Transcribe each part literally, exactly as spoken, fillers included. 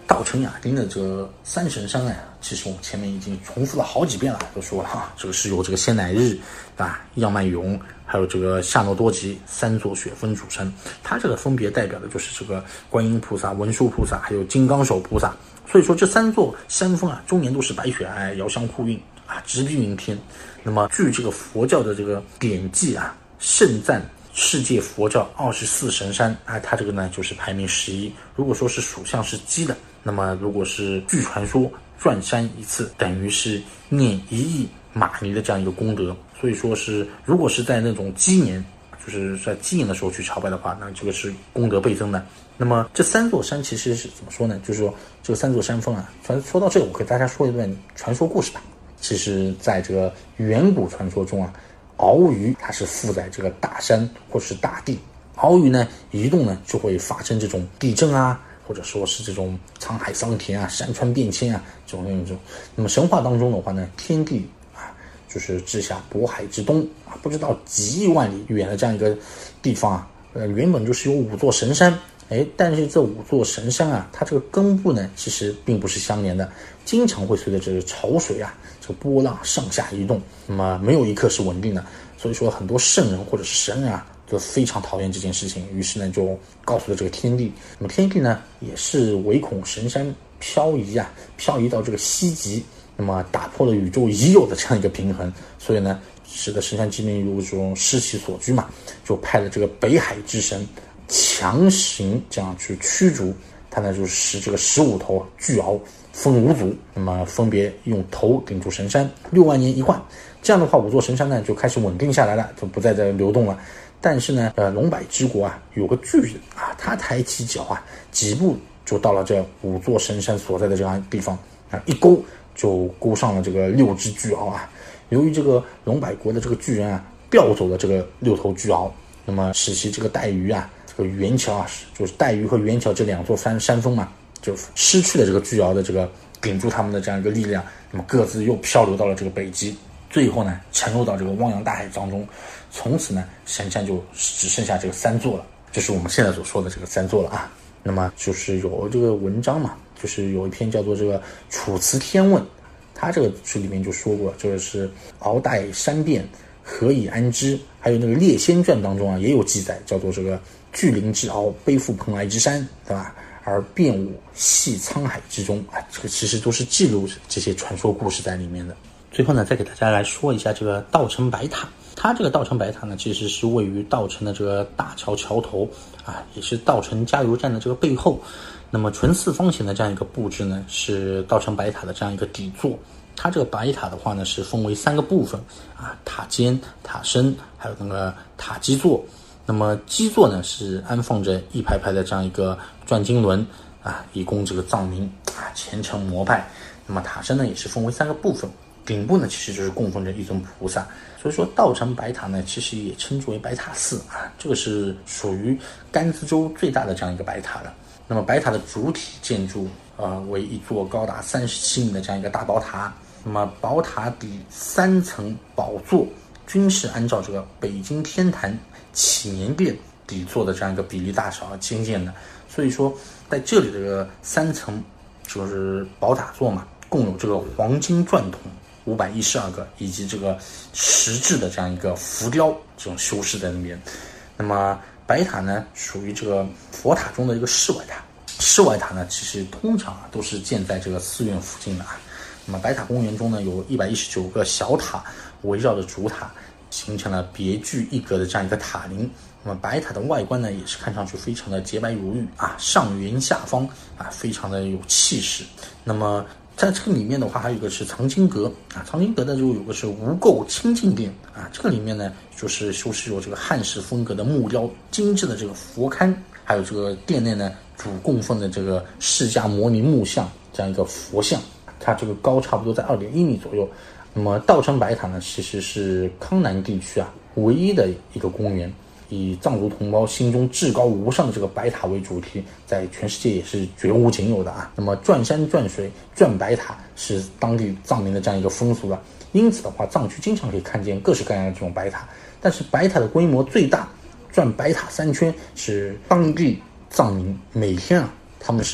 稻城亚丁的这个三神山呢，其实我们前面已经重复了好几遍了，都说了哈，这个是由这个仙乃日啊、样脉俑，还有这个夏诺多吉三座雪峰组成。它这个分别代表的就是这个观音菩萨、文殊菩萨，还有金刚手菩萨。所以说这三座山峰啊，终年都是白雪皑皑，遥相呼应啊，直逼云天。那么据这个佛教的这个典记啊，盛赞世界佛教二十四神山啊，它这个呢就是排名十一。如果说是属相是鸡的，那么如果是据传说转山一次等于是念一亿马尼的这样一个功德。所以说是如果是在那种鸡年，就是在鸡年的时候去朝拜的话，那这个是功德倍增的。那么这三座山其实是怎么说呢？就是说这个三座山峰啊，说到这个，我给大家说一段传说故事吧。其实在这个远古传说中啊，鳌鱼它是附在这个大山或者是大地，鳌鱼呢移动呢就会发生这种地震啊，或者说是这种沧海桑田啊、山川变迁啊这种那种。那么神话当中的话呢，天帝啊就是治下渤海之东啊，不知道几亿万里远的这样一个地方啊，呃原本就是有五座神山。哎，但是这五座神山啊，它这个根部呢，其实并不是相连的，经常会随着这个潮水啊，这个波浪上下移动，那么没有一刻是稳定的。所以说，很多圣人或者是神人啊，就非常讨厌这件事情，于是呢，就告诉了这个天帝。那么天帝呢，也是唯恐神山漂移啊，漂移到这个西极，那么打破了宇宙已有的这样一个平衡，所以呢，使得神山之内有这种失其所居嘛，就派了这个北海之神。强行这样去驱逐它呢，就使这个十五头巨鳌分五组，那么分别用头顶住神山，六万年一换。这样的话，五座神山呢就开始稳定下来了，就不再在流动了。但是呢，呃，龙柏之国啊，有个巨人啊，他抬起脚啊，几步就到了这五座神山所在的这样地方啊，一勾就勾上了这个六只巨鳌啊。由于这个龙柏国的这个巨人啊，调走了这个六头巨鳌，那么使其这个带鱼啊。这个元桥啊，就是带鱼和元桥这两座山山峰嘛，就失去了这个巨鳌的这个顶住他们的这样一个力量，那么各自又漂流到了这个北极，最后呢沉入到这个汪洋大海当中。从此呢，神山就只剩下这个三座了，就是我们现在所说的这个三座了啊。那么就是有这个文章嘛，就是有一篇叫做这个《楚辞天问》，它这个书里面就说过，这个是鳌带山变，何以安之？还有那个《列仙传》当中啊，也有记载，叫做这个巨灵之鳌背负蓬莱之山，对吧？而变我系沧海之中啊，这个其实都是记录这些传说故事在里面的。最后呢，再给大家来说一下这个稻城白塔。它这个稻城白塔呢，其实是位于稻城的这个大桥桥头啊，也是稻城加油站的这个背后。那么纯四方形的这样一个布置呢，是稻城白塔的这样一个底座。它这个白塔的话呢，是分为三个部分啊，塔尖、塔身，还有那个塔基座。那么基座呢，是安放着一排排的这样一个转经轮啊，以供这个藏民啊虔诚膜拜。那么塔身呢，也是分为三个部分，顶部呢其实就是供奉着一尊菩萨。所以说稻城白塔呢，其实也称之为白塔寺啊，这个是属于甘孜州最大的这样一个白塔了。那么白塔的主体建筑呃为一座高达三十七米的这样一个大宝塔。那么宝塔底三层宝座均是按照这个北京天坛祈年殿底座的这样一个比例大小而兴建的。所以说在这里的这个三层就是宝塔座嘛，共有这个黄金钻筒五百一十二个，以及这个石质的这样一个浮雕这种修饰在那边。那么白塔呢，属于这个佛塔中的一个室外塔。室外塔呢，其实通常啊都是建在这个寺院附近的啊。那么白塔公园中呢，有一百一十九个小塔围绕着主塔，形成了别具一格的这样一个塔林。那么白塔的外观呢，也是看上去非常的洁白如玉啊，上圆下方啊，非常的有气势。那么在这个里面的话，还有一个是藏经阁啊，藏经阁的就有个是无垢清净殿啊，这个里面呢就是修饰有这个汉式风格的木雕精致的这个佛龛，还有这个殿内呢主供奉的这个释迦牟尼木像这样一个佛像。它这个高差不多在 二点一米左右。那么稻城白塔呢，其实是康南地区啊唯一的一个公园，以藏族同胞心中至高无上的这个白塔为主题，在全世界也是绝无仅有的啊。那么转山转水转白塔是当地藏民的这样一个风俗了，因此的话，藏区经常可以看见各式各样的这种白塔。但是白塔的规模最大，转白塔三圈是当地藏民每天啊，他们是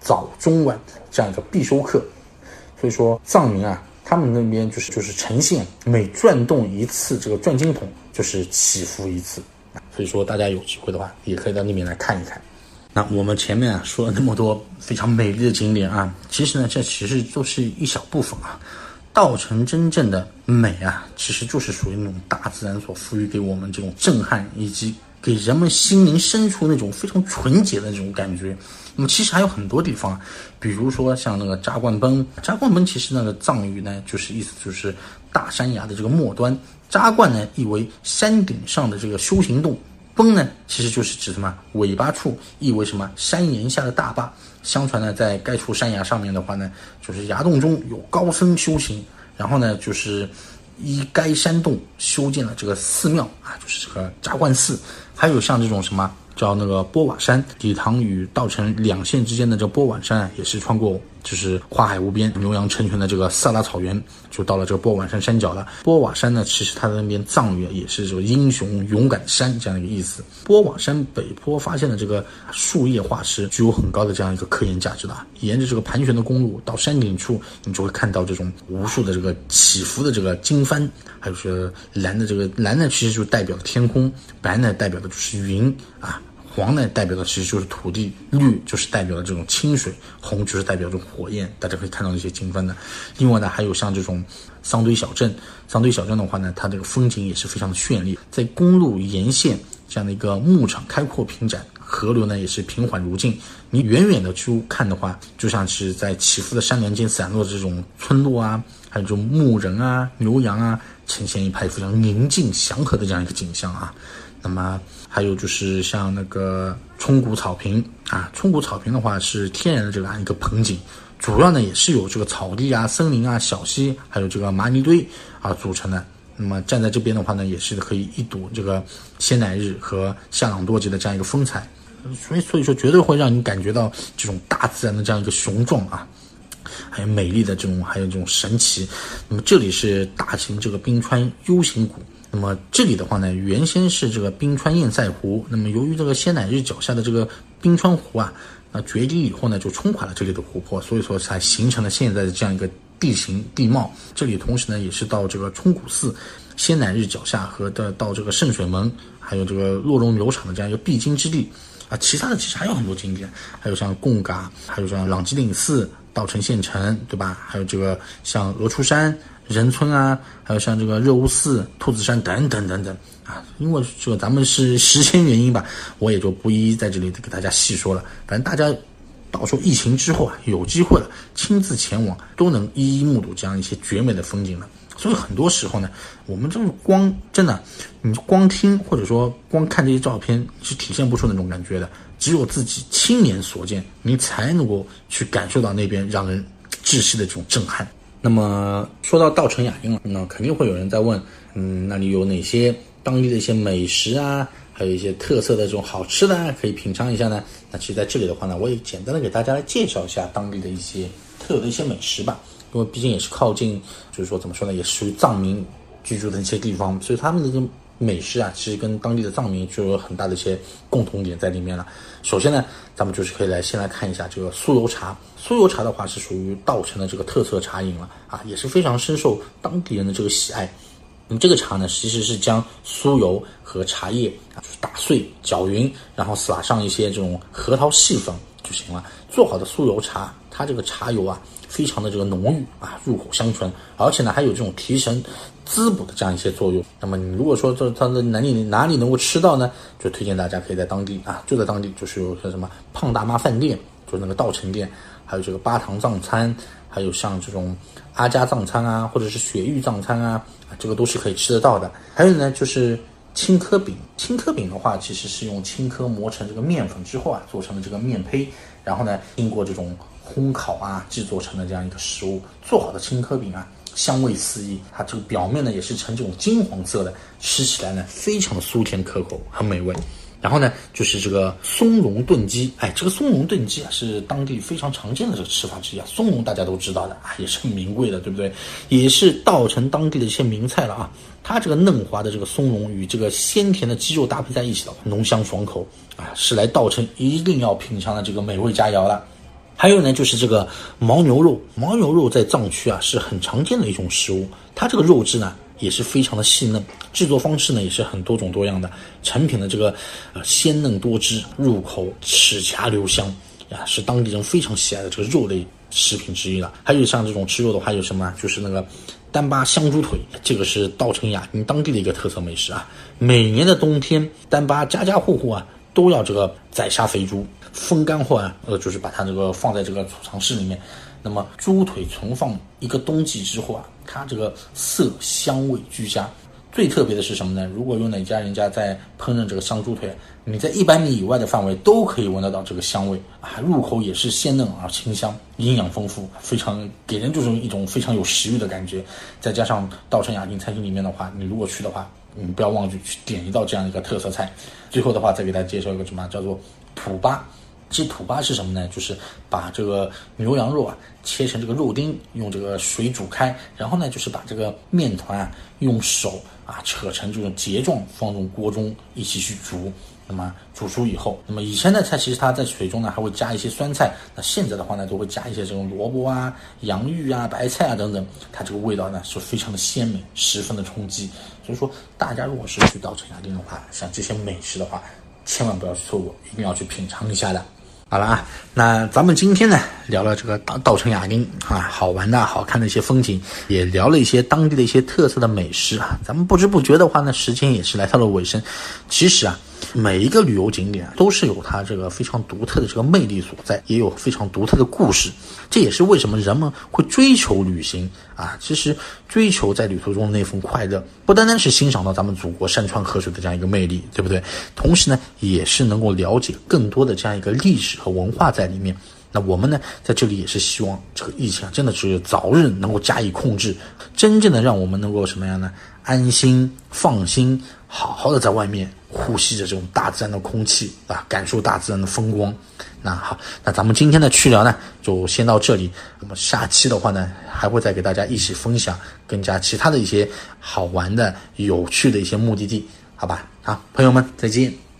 早中晚这样一个必修课。所以说藏民啊，他们那边就是就是呈现每转动一次这个转经筒就是祈福一次，所以说大家有机会的话也可以到那边来看一看。那我们前面啊说了那么多非常美丽的景点啊，其实呢这其实都是一小部分啊。稻城真正的美啊，其实就是属于那种大自然所赋予给我们这种震撼，以及给人们心灵深处那种非常纯洁的这种感觉。那么其实还有很多地方，比如说像那个扎冠崩，扎冠崩其实那个藏语呢，就是意思就是大山崖的这个末端，扎冠呢意为山顶上的这个修行洞，崩呢其实就是指什么尾巴处，意为什么山岩下的大坝。相传呢，在该处山崖上面的话呢，就是崖洞中有高僧修行，然后呢就是依该山洞修建了这个寺庙啊，就是这个扎冠寺。还有像这种什么叫那个波瓦山，理塘与稻城两县之间的这个波瓦山啊，也是穿过就是花海无边、牛羊成群的这个萨拉草原，就到了这个波瓦山山脚了。波瓦山呢，其实它的那边藏语也是这个英雄勇敢山这样一个意思。波瓦山北坡发现的这个树叶化石，具有很高的这样一个科研价值的。沿着这个盘旋的公路到山顶处，你就会看到这种无数的这个起伏的这个经幡，还有这个蓝的这个蓝呢，其实就代表天空，白呢代表的就是云啊。黄呢代表的其实就是土地，绿就是代表的这种清水，红就是代表这种火焰，大家可以看到这些经幡的。另外呢，还有像这种桑堆小镇，桑堆小镇的话呢，它这个风景也是非常的绚丽，在公路沿线这样的一个牧场开阔平展，河流呢也是平缓如镜。你远远的去看的话，就像是在起伏的山峦间散落的这种村落啊，还有这种牧人啊、牛羊啊，呈现一派非常宁静祥和的这样一个景象啊。那么还有就是像那个冲谷草坪啊，冲谷草坪的话是天然的这样一个盆景，主要呢也是有这个草地啊、森林啊、小溪，还有这个麻泥堆啊组成的。那么站在这边的话呢，也是可以一睹这个仙乃日和夏朗多吉的这样一个风采，所以所以说绝对会让你感觉到这种大自然的这样一个雄壮啊，还有美丽的这种，还有这种神奇。那么这里是大秦这个冰川 U 型谷。那么这里的话呢，原先是这个冰川堰塞湖，那么由于这个仙乃日脚下的这个冰川湖啊，那决堤以后呢，就冲垮了这里的湖泊，所以说才形成了现在的这样一个地形地貌。这里同时呢，也是到这个冲谷寺、仙乃日脚下和的到这个圣水门，还有这个洛龙牛场的这样一个必经之地啊。其他的其实还有很多景点，还有像贡嘎，还有像朗吉岭寺、稻城县城，对吧？还有这个像鹅出山、仁村啊，还有像这个热乌寺、兔子山等等等等啊。因为这个咱们是时间原因吧，我也就不一一在这里给大家细说了。反正大家到时候疫情之后啊，有机会了，亲自前往都能一一目睹这样一些绝美的风景了。所以很多时候呢，我们这种光真的，你光听或者说光看这些照片是体现不出那种感觉的，只有自己亲眼所见，你才能够去感受到那边让人窒息的这种震撼。那么说到稻城亚丁了，那肯定会有人在问，嗯，那里有哪些当地的一些美食啊，还有一些特色的这种好吃的啊，可以品尝一下呢？那其实在这里的话呢，我也简单的给大家来介绍一下当地的一些特有的一些美食吧。因为毕竟也是靠近，就是说怎么说呢，也属于藏民居住的一些地方，所以他们的这个美食啊，其实跟当地的藏民就有很大的一些共同点在里面了。首先呢，咱们就是可以来先来看一下这个酥油茶。酥油茶的话是属于稻城的这个特色茶饮了啊，也是非常深受当地人的这个喜爱。那么这个茶呢，其实是将酥油和茶叶啊，就是打碎搅匀，然后撒上一些这种核桃细粉就行了。做好的酥油茶，它这个茶油啊，非常的这个浓郁啊，入口香醇，而且呢还有这种提神滋补的这样一些作用。那么你如果说这它的哪里哪里能够吃到呢，就推荐大家可以在当地啊，就在当地就是有像什么胖大妈饭店，就是那个稻城店，还有这个八堂藏餐，还有像这种阿家藏餐啊，或者是雪域藏餐啊，这个都是可以吃得到的。还有呢就是青稞饼，青稞饼的话其实是用青稞磨成这个面粉之后啊，做成了这个面胚，然后呢经过这种烘烤啊制作成的这样一个食物。做好的青稞饼啊，香味四溢，它这个表面呢也是呈这种金黄色的，吃起来呢非常的酥甜可口，很美味。然后呢就是这个松茸炖鸡，哎，这个松茸炖鸡啊是当地非常常见的这个吃法之一啊。松茸大家都知道的啊，也是很名贵的，对不对？也是稻城当地的一些名菜了啊。它这个嫩滑的这个松茸与这个鲜甜的鸡肉搭配在一起的，浓香爽口啊，是来稻城一定要品尝的这个美味佳肴了。 还有呢，就是这个牦牛肉，牦牛肉在藏区啊是很常见的一种食物，它这个肉质呢也是非常的细嫩，制作方式呢也是很多种多样的，成品的这个呃鲜嫩多汁，入口齿颊留香呀，是当地人非常喜爱的这个肉类食品之一了。还有像这种吃肉的话，有什么就是那个丹巴香猪腿，这个是稻城亚丁当地的一个特色美食啊。每年的冬天，丹巴家家户户啊都要这个宰杀肥猪，风干后啊，呃，就是把它这个放在这个储藏室里面。那么猪腿存放一个冬季之后啊，它这个色香味俱佳。最特别的是什么呢？如果有哪家人家在烹饪这个香猪腿，你在一百米以外的范围都可以闻得到这个香味啊，入口也是鲜嫩而清香，营养丰富，非常给人就是一种非常有食欲的感觉。再加上稻城亚丁餐厅里面的话，你如果去的话，你不要忘记去点一道这样一个特色菜。最后的话，再给大家介绍一个什么叫做土巴。这土巴是什么呢？就是把这个牛羊肉啊切成这个肉丁，用这个水煮开，然后呢就是把这个面团啊用手啊扯成这种结状，放入锅中一起去煮。那么煮熟以后，那么以前的菜其实它在水中呢还会加一些酸菜，那现在的话呢都会加一些这种萝卜啊、洋芋啊、白菜啊等等，它这个味道呢是非常的鲜美，十分的冲击。所以说大家如果是去稻城亚丁的话，像这些美食的话，千万不要去错过，一定要去品尝一下的。好了啊，那咱们今天呢聊了这个稻稻城亚丁啊，好玩的好看的一些风景，也聊了一些当地的一些特色的美食啊。咱们不知不觉的话呢，时间也是来到了尾声。其实啊，每一个旅游景点都是有它这个非常独特的这个魅力所在，也有非常独特的故事。这也是为什么人们会追求旅行啊。其实追求在旅途中的那份快乐，不单单是欣赏到咱们祖国山川河水的这样一个魅力，对不对？同时呢，也是能够了解更多的这样一个历史和文化在里面。那我们呢，在这里也是希望这个疫情啊，真的是早日能够加以控制，真正的让我们能够什么样呢？安心放心，好好的在外面呼吸着这种大自然的空气啊，感受大自然的风光。那好，那咱们今天的趣聊呢，就先到这里。那么下期的话呢，还会再给大家一起分享更加其他的一些好玩的、有趣的一些目的地，好吧？好，朋友们再见。